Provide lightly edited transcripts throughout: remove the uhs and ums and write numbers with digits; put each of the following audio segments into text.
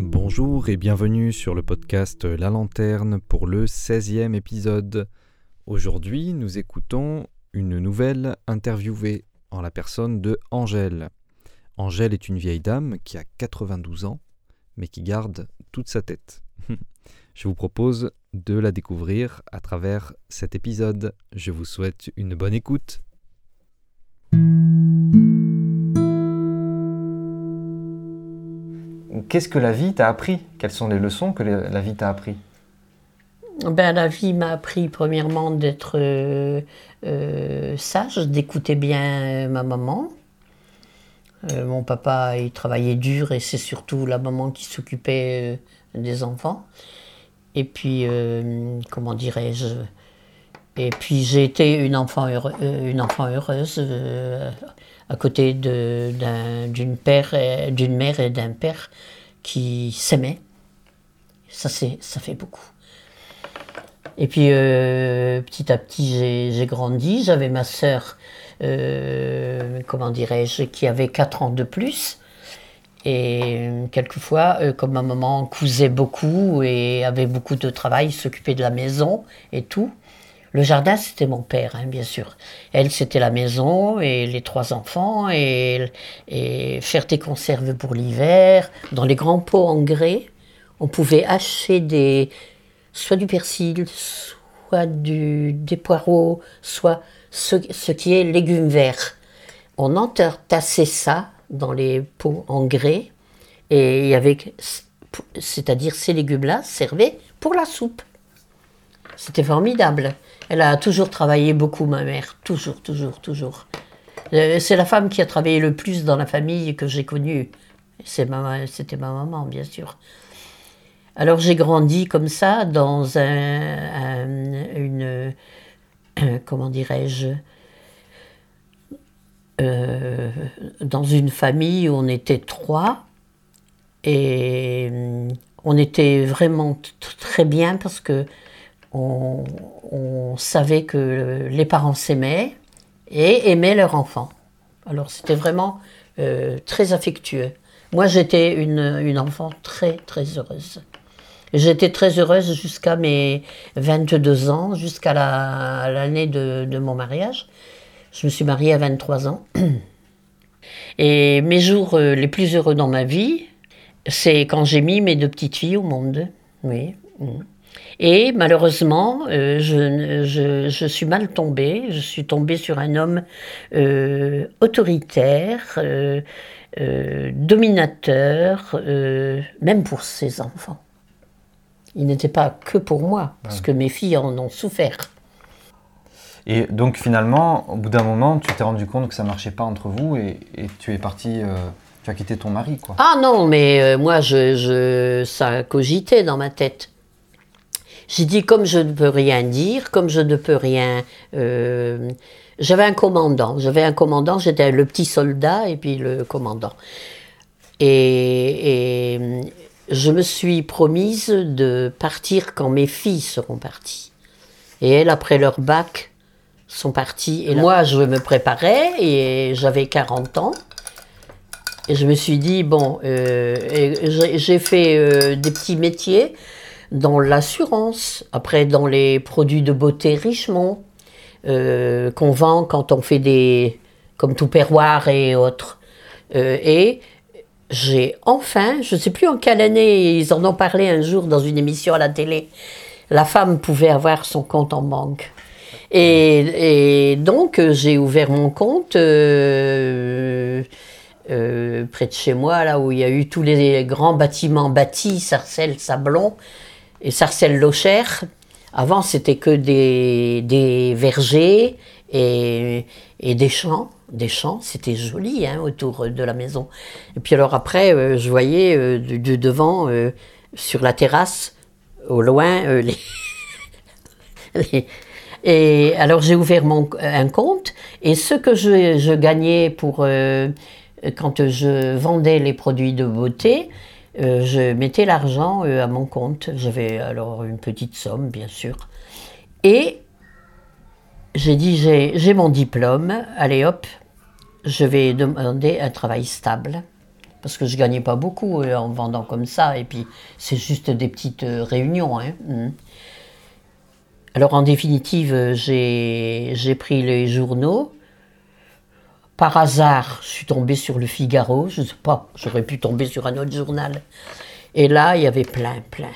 Bonjour et bienvenue sur le podcast La Lanterne pour le 16e épisode. Aujourd'hui, nous écoutons une nouvelle interviewée en la personne de Angèle. Angèle est une vieille dame qui a 92 ans, mais qui garde toute sa tête. Je vous propose de la découvrir à travers cet épisode. Je vous souhaite une bonne écoute. Qu'est-ce que la vie t'a appris ? Quelles sont les leçons que la vie t'a appris ? La vie m'a appris premièrement d'être sage, d'écouter bien ma maman. Mon papa, il travaillait dur et c'est surtout la maman qui s'occupait des enfants. Et puis, Et puis j'ai été une enfant heureuse à côté d'une mère et d'un père qui s'aimaient. Ça fait beaucoup. Et puis petit à petit j'ai grandi. J'avais ma sœur, qui avait 4 ans de plus. Et quelquefois, comme ma maman cousait beaucoup et avait beaucoup de travail, s'occupait de la maison et tout. Le jardin, c'était mon père, bien sûr. Elle, c'était la maison et les 3 enfants et faire des conserves pour l'hiver. Dans les grands pots en grès, on pouvait hacher soit du persil, soit des poireaux, soit ce qui est légumes verts. On entassait ça dans les pots en grès et c'est-à-dire ces légumes-là servaient pour la soupe. C'était formidable. Elle a toujours travaillé beaucoup, ma mère. Toujours. C'est la femme qui a travaillé le plus dans la famille que j'ai connue. C'était ma maman, bien sûr. Alors j'ai grandi comme ça dans dans une famille où on était 3 et on était vraiment très bien parce que on savait que les parents s'aimaient et aimaient leur enfant. Alors c'était vraiment très affectueux. Moi j'étais une enfant très très heureuse. J'étais très heureuse jusqu'à mes 22 ans, jusqu'à l'année de mon mariage. Je me suis mariée à 23 ans. Et mes jours les plus heureux dans ma vie, c'est quand j'ai mis mes 2 petites filles au monde. Oui. Et malheureusement, je suis mal tombée. Je suis tombée sur un homme autoritaire, dominateur, même pour ses enfants. Il n'était pas que pour moi, parce que mes filles en ont souffert. Et donc finalement, au bout d'un moment, tu t'es rendu compte que ça ne marchait pas entre vous et tu es parti, tu as quitté ton mari, quoi. Ah non, mais moi, ça cogitait dans ma tête. J'ai dit, comme je ne peux rien dire, comme je ne peux rien... J'avais un commandant, j'étais le petit soldat et puis le commandant. Et je me suis promise de partir quand mes filles seront parties. Et elles, après leur bac, sont parties. Et moi, je me préparais et j'avais 40 ans. Et je me suis dit, j'ai fait des petits métiers dans l'assurance, après dans les produits de beauté Richemont, qu'on vend quand on fait comme Tupperware et autres. Et j'ai enfin, je ne sais plus en quelle année, ils en ont parlé un jour dans une émission à la télé, la femme pouvait avoir son compte en banque. Et donc, j'ai ouvert mon compte près de chez moi, là où il y a eu tous les grands bâtiments bâtis, Sarcelles, Sablon et Sarcelles-Lochère. Avant, c'était que des vergers et des champs. Des champs, c'était joli autour de la maison. Et puis alors après, je voyais du devant, sur la terrasse, au loin, Et alors j'ai ouvert un compte et ce que je gagnais quand je vendais les produits de beauté, je mettais l'argent à mon compte. J'avais alors une petite somme, bien sûr. Et j'ai dit, j'ai mon diplôme, allez hop, je vais demander un travail stable. parce que je gagnais pas beaucoup en vendant comme ça, et puis c'est juste des petites réunions. Hein. Alors en définitive, j'ai pris les journaux. Par hasard, je suis tombée sur le Figaro, je ne sais pas, j'aurais pu tomber sur un autre journal. Et là, il y avait plein.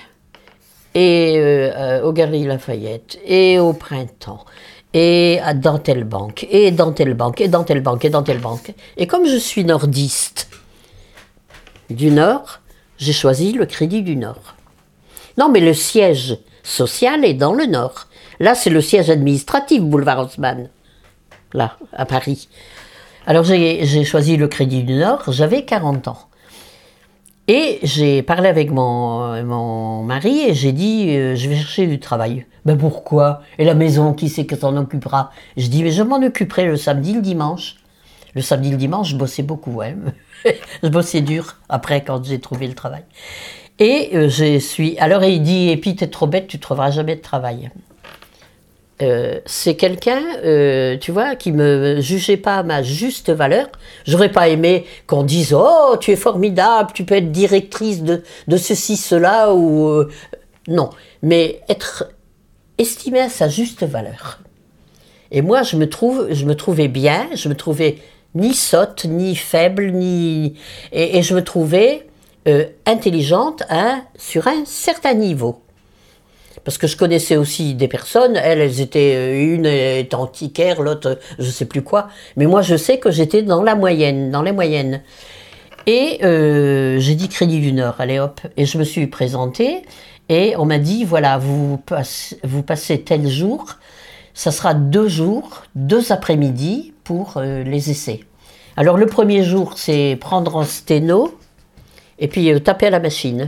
Et aux Galeries Lafayette, et au Printemps, et dans telle banque, et dans telle banque, et dans telle banque, et dans telle banque. Et comme je suis nordiste du Nord, j'ai choisi le Crédit du Nord. Non, mais le siège social est dans le Nord. Là, c'est le siège administratif, boulevard Haussmann, là, à Paris. Alors j'ai choisi le Crédit du Nord, j'avais 40 ans. Et j'ai parlé avec mon mari et j'ai dit je vais chercher du travail. Ben pourquoi? Et la maison, qui c'est qui s'en occupera? Je dis mais je m'en occuperai le samedi, le dimanche. Le samedi, le dimanche, je bossais beaucoup, hein. Je bossais dur après quand j'ai trouvé le travail. Et alors il dit et puis t'es trop bête, tu trouveras jamais de travail. C'est quelqu'un, tu vois, qui me jugeait pas à ma juste valeur. J'aurais pas aimé qu'on dise « Oh, tu es formidable, tu peux être directrice de ceci, cela » ou... non, mais être estimée à sa juste valeur. Et moi, je me trouvais bien, je me trouvais ni sotte, ni faible, et je me trouvais intelligente sur un certain niveau. Parce que je connaissais aussi des personnes, elles étaient, une était antiquaire, l'autre je sais plus quoi, mais moi je sais que j'étais dans la moyenne, dans les moyennes. Et j'ai dit Crédit du Nord, allez hop, et je me suis présentée, et on m'a dit, voilà, vous passez tel jour, ça sera 2 jours, 2 après-midi pour les essais. Alors le premier jour, c'est prendre en sténo, et puis taper à la machine.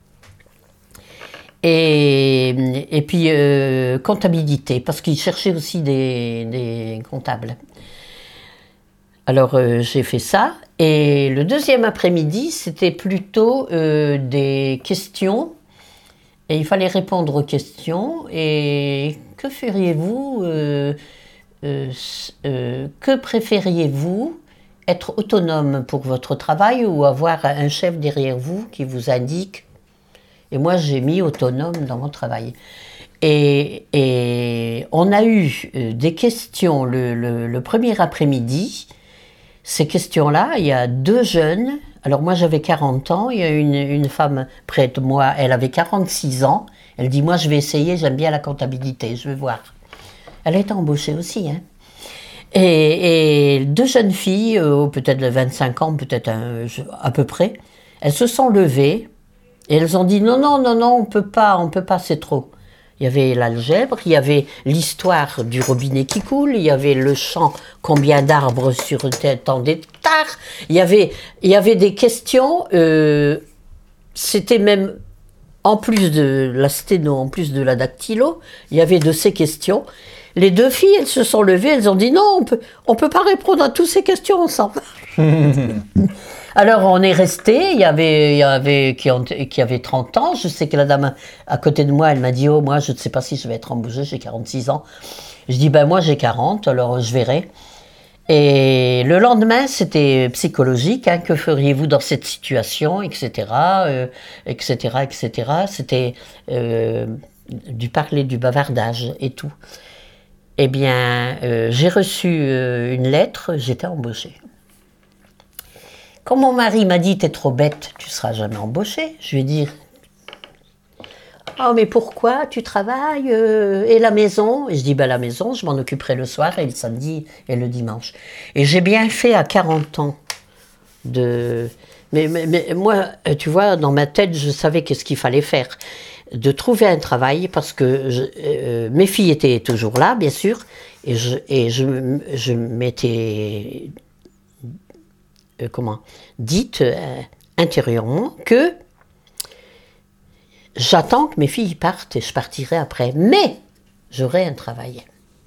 Et puis comptabilité, parce qu'ils cherchaient aussi des comptables. Alors j'ai fait ça, et le deuxième après-midi, c'était plutôt des questions, et il fallait répondre aux questions, et que feriez-vous, que préfériez-vous, être autonome pour votre travail ou avoir un chef derrière vous qui vous indique. Et moi, j'ai mis autonome dans mon travail. Et on a eu des questions le premier après-midi. Ces questions-là, il y a 2 jeunes. Alors moi, j'avais 40 ans. Il y a une femme près de moi, elle avait 46 ans. Elle dit, moi, je vais essayer, j'aime bien la comptabilité, je vais voir. Elle a été embauchée aussi. Hein. Et 2 jeunes filles, peut-être de 25 ans, peut-être à peu près, elles se sont levées. Et elles ont dit non, on peut pas, c'est trop. Il y avait l'algèbre, il y avait l'histoire du robinet qui coule, il y avait le chant combien d'arbres sur tant d'hectares, il y avait des questions, c'était même, en plus de la sténo, en plus de la dactylo, il y avait de ces questions. Les 2 filles, elles se sont levées, elles ont dit non, on peut pas répondre à toutes ces questions ensemble. Alors on est resté, il y avait qui avait 30 ans, je sais que la dame à côté de moi, elle m'a dit « Oh, moi je ne sais pas si je vais être embauchée, j'ai 46 ans ». Je dis « Ben moi j'ai 40, alors je verrai ». Et le lendemain, c'était psychologique, hein, que feriez-vous dans cette situation, etc., etc. C'était du parler, du bavardage et tout. Eh bien, j'ai reçu une lettre, j'étais embauchée. Quand mon mari m'a dit « T'es trop bête, tu ne seras jamais embauchée », je lui ai dit « Oh, mais pourquoi tu travailles et la maison ?» Et je dis « La maison, je m'en occuperai le soir et le samedi et le dimanche. » Et j'ai bien fait à 40 ans de... Mais moi, tu vois, dans ma tête, je savais qu'est-ce qu'il fallait faire. De trouver un travail, parce que mes filles étaient toujours là, bien sûr, et je m'étais... dites intérieurement que j'attends que mes filles partent et je partirai après, mais j'aurai un travail.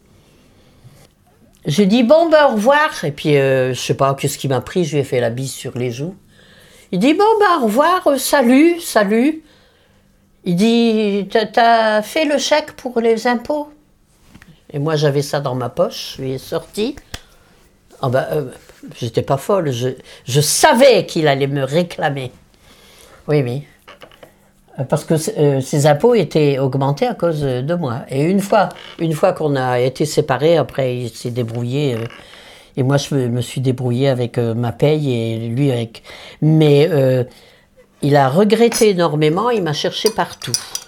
J'ai dit bon ben au revoir, et puis je sais pas qu'est-ce qui m'a pris, je lui ai fait la bise sur les joues. Il dit bon ben au revoir, salut. Il dit t'as fait le chèque pour les impôts? Et moi j'avais ça dans ma poche, je lui ai sorti. j'étais pas folle. Je savais qu'il allait me réclamer. Oui. Parce que ses impôts étaient augmentés à cause de moi. Et une fois qu'on a été séparés, après il s'est débrouillé. Et moi je me suis débrouillée avec ma paye et lui avec... Mais il a regretté énormément, il m'a cherché partout.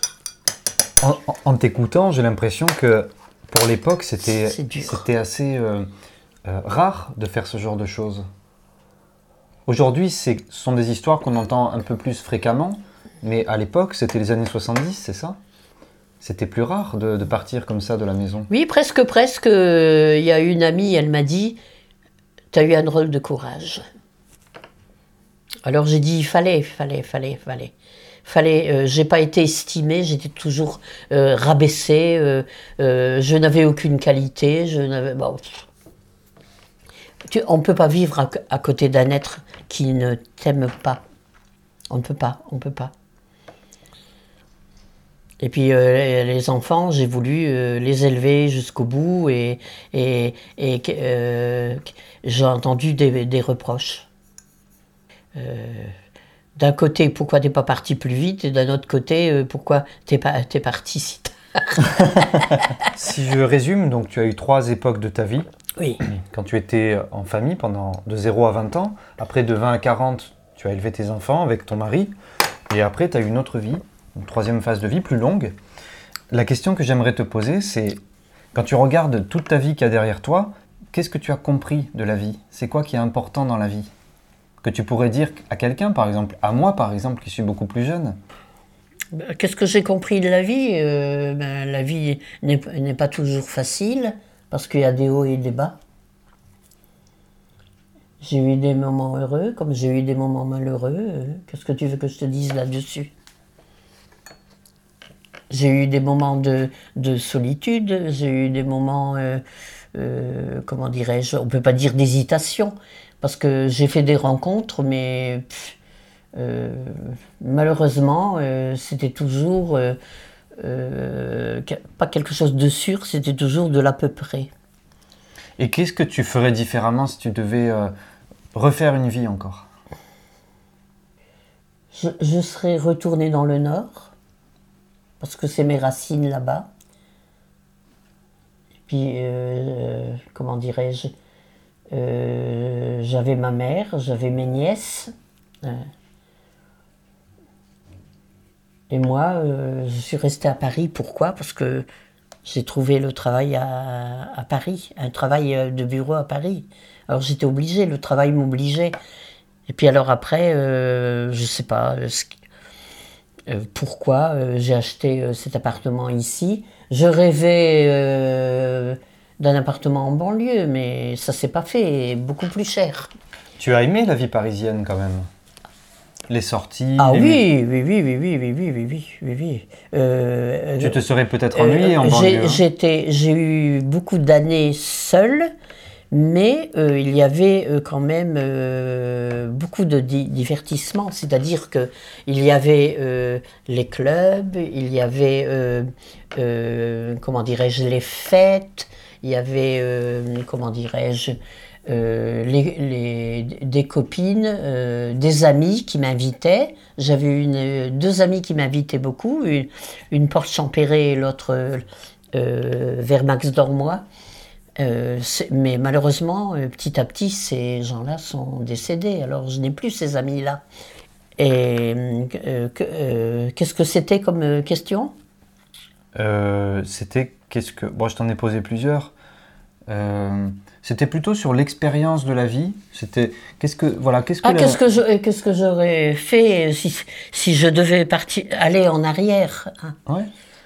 En t'écoutant, j'ai l'impression que pour l'époque, c'était assez rare de faire ce genre de choses. Aujourd'hui, ce sont des histoires qu'on entend un peu plus fréquemment, mais à l'époque, c'était les années 70, c'est ça? C'était plus rare de partir comme ça de la maison. Oui, presque. Il y a une amie, elle m'a dit, « Tu as eu un drôle de courage. » Alors j'ai dit, il fallait. J'ai pas été estimée, j'étais toujours rabaissée, je n'avais aucune qualité, on ne peut pas vivre à côté d'un être qui ne t'aime pas. On ne peut pas. Et puis les enfants, j'ai voulu les élever jusqu'au bout et j'ai entendu des reproches. D'un côté, pourquoi t'es pas parti plus vite, et d'un autre côté, pourquoi t'es parti si tard. Si je résume, donc tu as eu 3 époques de ta vie. Oui. Quand tu étais en famille de 0 à 20 ans, après de 20 à 40, tu as élevé tes enfants avec ton mari, et après tu as eu une autre vie, une 3e phase de vie plus longue. La question que j'aimerais te poser, c'est, quand tu regardes toute ta vie qu'il y a derrière toi, qu'est-ce que tu as compris de la vie? C'est quoi qui est important dans la vie? Que tu pourrais dire à quelqu'un, par exemple, à moi, par exemple, qui suis beaucoup plus jeune? Qu'est-ce que j'ai compris de la vie? La vie n'est pas toujours facile, parce qu'il y a des hauts et des bas. J'ai eu des moments heureux, comme j'ai eu des moments malheureux. Qu'est-ce que tu veux que je te dise là-dessus? J'ai eu des moments de solitude, j'ai eu des moments, comment dirais-je, on ne peut pas dire d'hésitation, parce que j'ai fait des rencontres, mais malheureusement, c'était toujours pas quelque chose de sûr, c'était toujours de l'à peu près. Et qu'est-ce que tu ferais différemment si tu devais refaire une vie encore? Je serais retournée dans le Nord, parce que c'est mes racines là-bas. Et puis, comment dirais-je, j'avais ma mère, j'avais mes nièces. Et moi, je suis restée à Paris. Pourquoi? Parce que j'ai trouvé le travail à Paris, un travail de bureau à Paris. Alors j'étais obligée, le travail m'obligeait. Et puis alors après, je ne sais pas pourquoi j'ai acheté cet appartement ici. Je rêvais d'un appartement en banlieue, mais ça ne s'est pas fait, beaucoup plus cher. Tu as aimé la vie parisienne quand même? Les sorties? Ah oui. Tu te serais peut-être ennuyé en banlieue? J'ai eu beaucoup d'années seule, mais il y avait quand même beaucoup de divertissement, c'est-à-dire qu'il y avait les clubs, il y avait, comment dirais-je, les fêtes, il y avait, comment dirais-je, des copines, des amis qui m'invitaient. J'avais 2 amies qui m'invitaient beaucoup, une porte Champéret et l'autre vers Max Dormois. Mais malheureusement, petit à petit, ces gens-là sont décédés. Alors je n'ai plus ces amis-là. Et qu'est-ce que c'était comme question? C'était Bon, je t'en ai posé plusieurs. C'était plutôt sur l'expérience de la vie. C'était qu'est-ce que j'aurais fait si je devais aller en arrière. Ouais.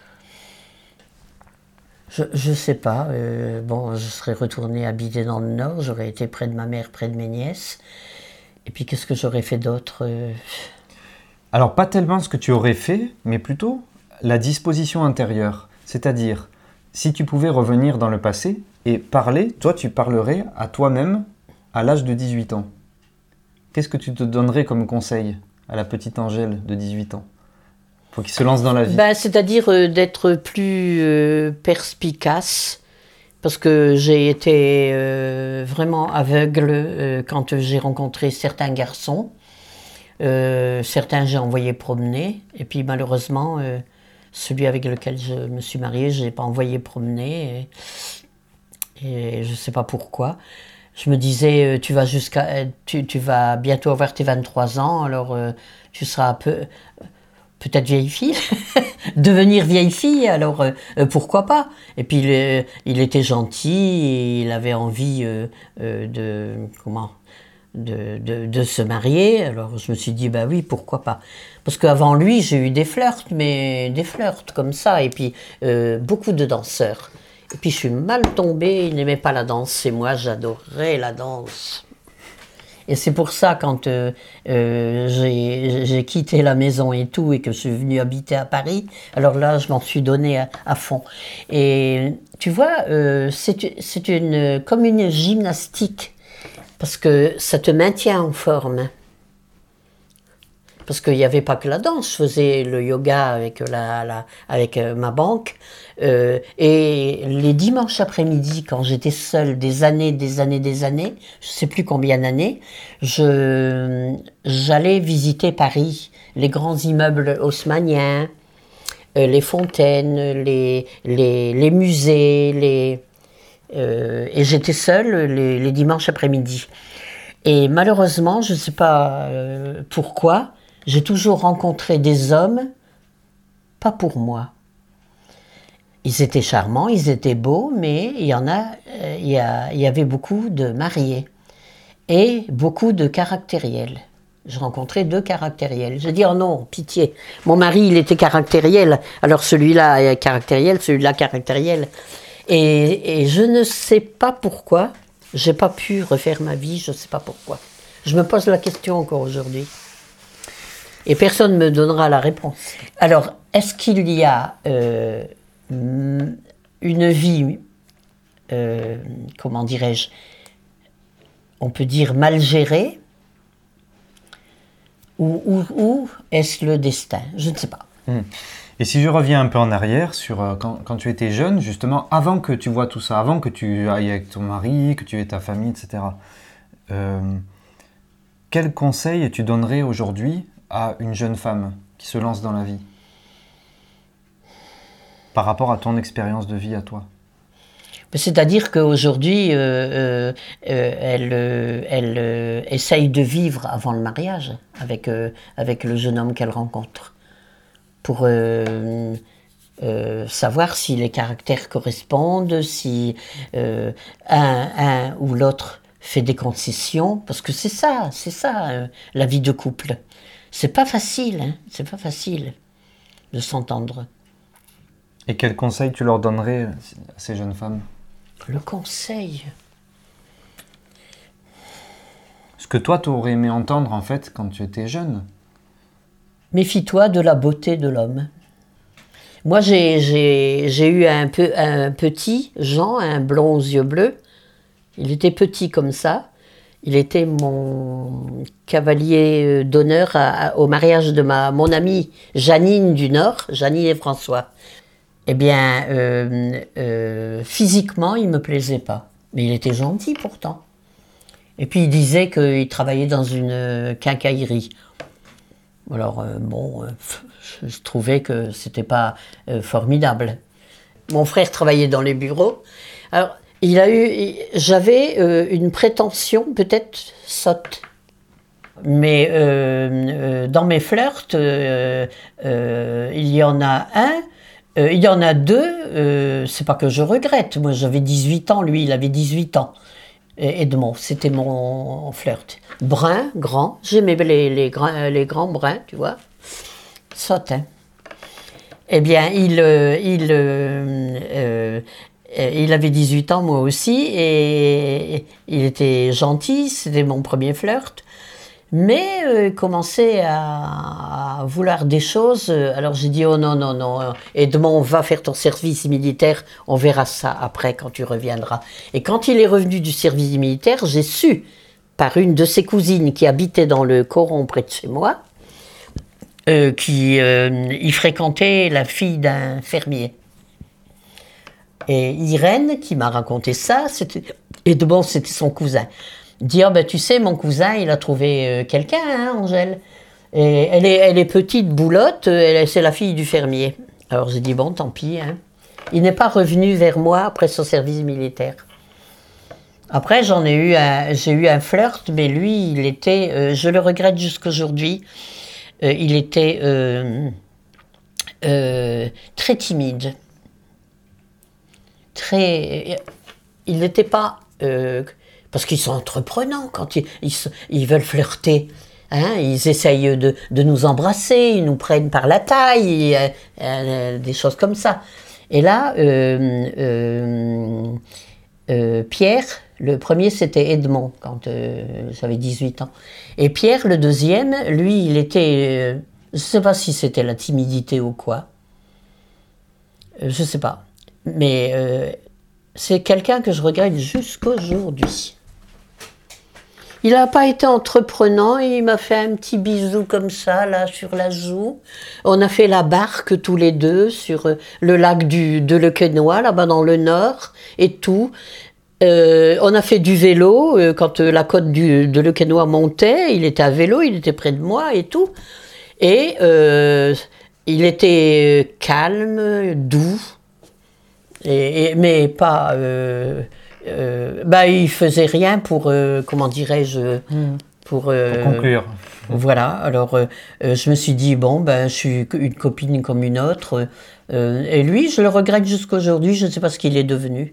Je sais pas. Bon, je serais retournée habiter dans le Nord. J'aurais été près de ma mère, près de mes nièces. Et puis qu'est-ce que j'aurais fait d'autre? Alors pas tellement ce que tu aurais fait, mais plutôt la disposition intérieure. C'est-à-dire, si tu pouvais revenir dans le passé et parler, toi tu parlerais à toi-même à l'âge de 18 ans. Qu'est-ce que tu te donnerais comme conseil à la petite Angèle de 18 ans pour qu'il se lance dans la vie? C'est-à-dire d'être plus perspicace Parce que j'ai été vraiment aveugle quand j'ai rencontré certains garçons. Certains j'ai envoyé promener. Et puis malheureusement, celui avec lequel je me suis mariée, je ne l'ai pas envoyé promener. Et je ne sais pas pourquoi. Je me disais, tu vas bientôt avoir tes 23 ans, alors tu seras peut-être vieille fille, devenir vieille fille, alors pourquoi pas? Et puis il était gentil, et il avait envie de se marier, alors je me suis dit, bah oui, pourquoi pas? Parce qu'avant lui, j'ai eu des flirts, mais des flirts comme ça, et puis beaucoup de danseurs. Et puis je suis mal tombée, il n'aimait pas la danse, et moi j'adorais la danse. Et c'est pour ça, quand j'ai quitté la maison et tout, et que je suis venue habiter à Paris, alors là, je m'en suis donnée à fond. Et tu vois, c'est comme une gymnastique, parce que ça te maintient en forme. Parce qu'il n'y avait pas que la danse, je faisais le yoga avec ma banque. Et les dimanches après-midi, quand j'étais seule des années, je ne sais plus combien d'années, j'allais visiter Paris, les grands immeubles haussmanniens, les fontaines, les musées, et j'étais seule les dimanches après-midi. Et malheureusement, je ne sais pas pourquoi, j'ai toujours rencontré des hommes, pas pour moi. Ils étaient charmants, ils étaient beaux, mais il y avait beaucoup de mariés et beaucoup de caractériels. Je rencontrais 2 caractériels. Je dis, oh non, pitié, mon mari, il était caractériel, alors celui-là caractériel, celui-là caractériel. Et je ne sais pas pourquoi, j'ai pas pu refaire ma vie, je ne sais pas pourquoi. Je me pose la question encore aujourd'hui. Et personne ne me donnera la réponse. Alors, est-ce qu'il y a une vie, comment dirais-je, on peut dire mal gérée, ou est-ce le destin? Je ne sais pas. Et si je reviens un peu en arrière, sur quand tu étais jeune, justement, avant que tu vois tout ça, avant que tu ailles avec ton mari, que tu aies ta famille, etc., quel conseil tu donnerais aujourd'hui à une jeune femme qui se lance dans la vie par rapport à ton expérience de vie à toi? C'est-à-dire qu'aujourd'hui, elle essaye de vivre avant le mariage avec le jeune homme qu'elle rencontre, pour savoir si les caractères correspondent, si un ou l'autre fait des concessions, parce que c'est ça, la vie de couple. C'est pas facile, hein, c'est pas facile de s'entendre. Et quel conseil tu leur donnerais à ces jeunes femmes? Le conseil. Ce que toi, tu aurais aimé entendre, en fait, quand tu étais jeune. Méfie-toi de la beauté de l'homme. Moi, j'ai eu un petit, Jean, un blond aux yeux bleus. Il était petit comme ça. Il était mon cavalier d'honneur au mariage de mon amie Janine du Nord, Janine et François. Eh bien, physiquement, il ne me plaisait pas. Mais il était gentil pourtant. Et puis il disait qu'il travaillait dans une quincaillerie. Alors, je trouvais que c'était pas formidable. Mon frère travaillait dans les bureaux. Alors, j'avais une prétention peut-être sotte. Mais dans mes flirts, il y en a un, il y en a 2, c'est pas que je regrette. Moi, j'avais 18 ans, lui, il avait 18 ans. Edmond, c'était mon flirt. Brun, grand, j'aimais les grands bruns, tu vois. Sotte, Eh bien, il avait 18 ans, moi aussi, et il était gentil, c'était mon premier flirt. Mais il commençait à vouloir des choses. Alors j'ai dit, oh non, Edmond, va faire ton service militaire, on verra ça après quand tu reviendras. Et quand il est revenu du service militaire, j'ai su, par une de ses cousines qui habitait dans le Coron près de chez moi, il fréquentait la fille d'un fermier. Et Irène, qui m'a raconté ça, Edmond, c'était son cousin. Dit, oh, ben, tu sais, mon cousin, il a trouvé quelqu'un, hein, Angèle. Et elle est petite, boulotte, c'est la fille du fermier. Alors j'ai dit, bon, tant pis. Hein. Il n'est pas revenu vers moi après son service militaire. Après, j'ai eu un flirt, mais lui, il était, je le regrette jusqu'aujourd'hui, il était très timide. Il n'était pas... parce qu'ils sont entreprenants quand ils veulent flirter. Hein, ils essayent de nous embrasser, ils nous prennent par la taille, des choses comme ça. Et là, Pierre, le premier c'était Edmond, quand j'avais 18 ans. Et Pierre, le deuxième, lui, il était... je ne sais pas si c'était la timidité ou quoi. Je ne sais pas. Mais c'est quelqu'un que je regrette jusqu'aujourd'hui. Il n'a pas été entreprenant, il m'a fait un petit bisou comme ça, là, sur la joue. On a fait la barque tous les deux sur le lac de Lequenois, là-bas dans le nord, et tout. On a fait du vélo, quand la côte de Lequenois montait, il était à vélo, il était près de moi et tout. Et il était calme, doux, mais pas... il faisait rien pour, comment dirais-je, pour conclure. Voilà, alors je me suis dit, bon, je suis une copine comme une autre. Et lui, je le regrette jusqu'aujourd'hui, je ne sais pas ce qu'il est devenu.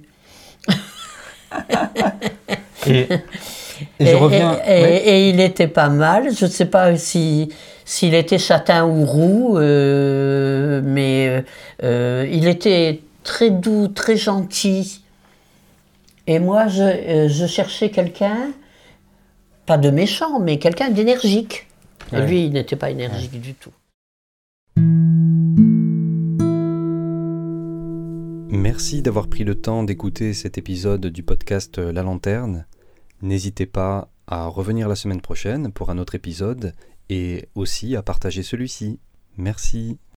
Je reviens... Et il était pas mal, je ne sais pas s'il était châtain ou roux, mais il était très doux, très gentil. Et moi, je cherchais quelqu'un, pas de méchant, mais quelqu'un d'énergique. Et lui, il n'était pas énergique du tout. Merci d'avoir pris le temps d'écouter cet épisode du podcast La Lanterne. N'hésitez pas à revenir la semaine prochaine pour un autre épisode et aussi à partager celui-ci. Merci.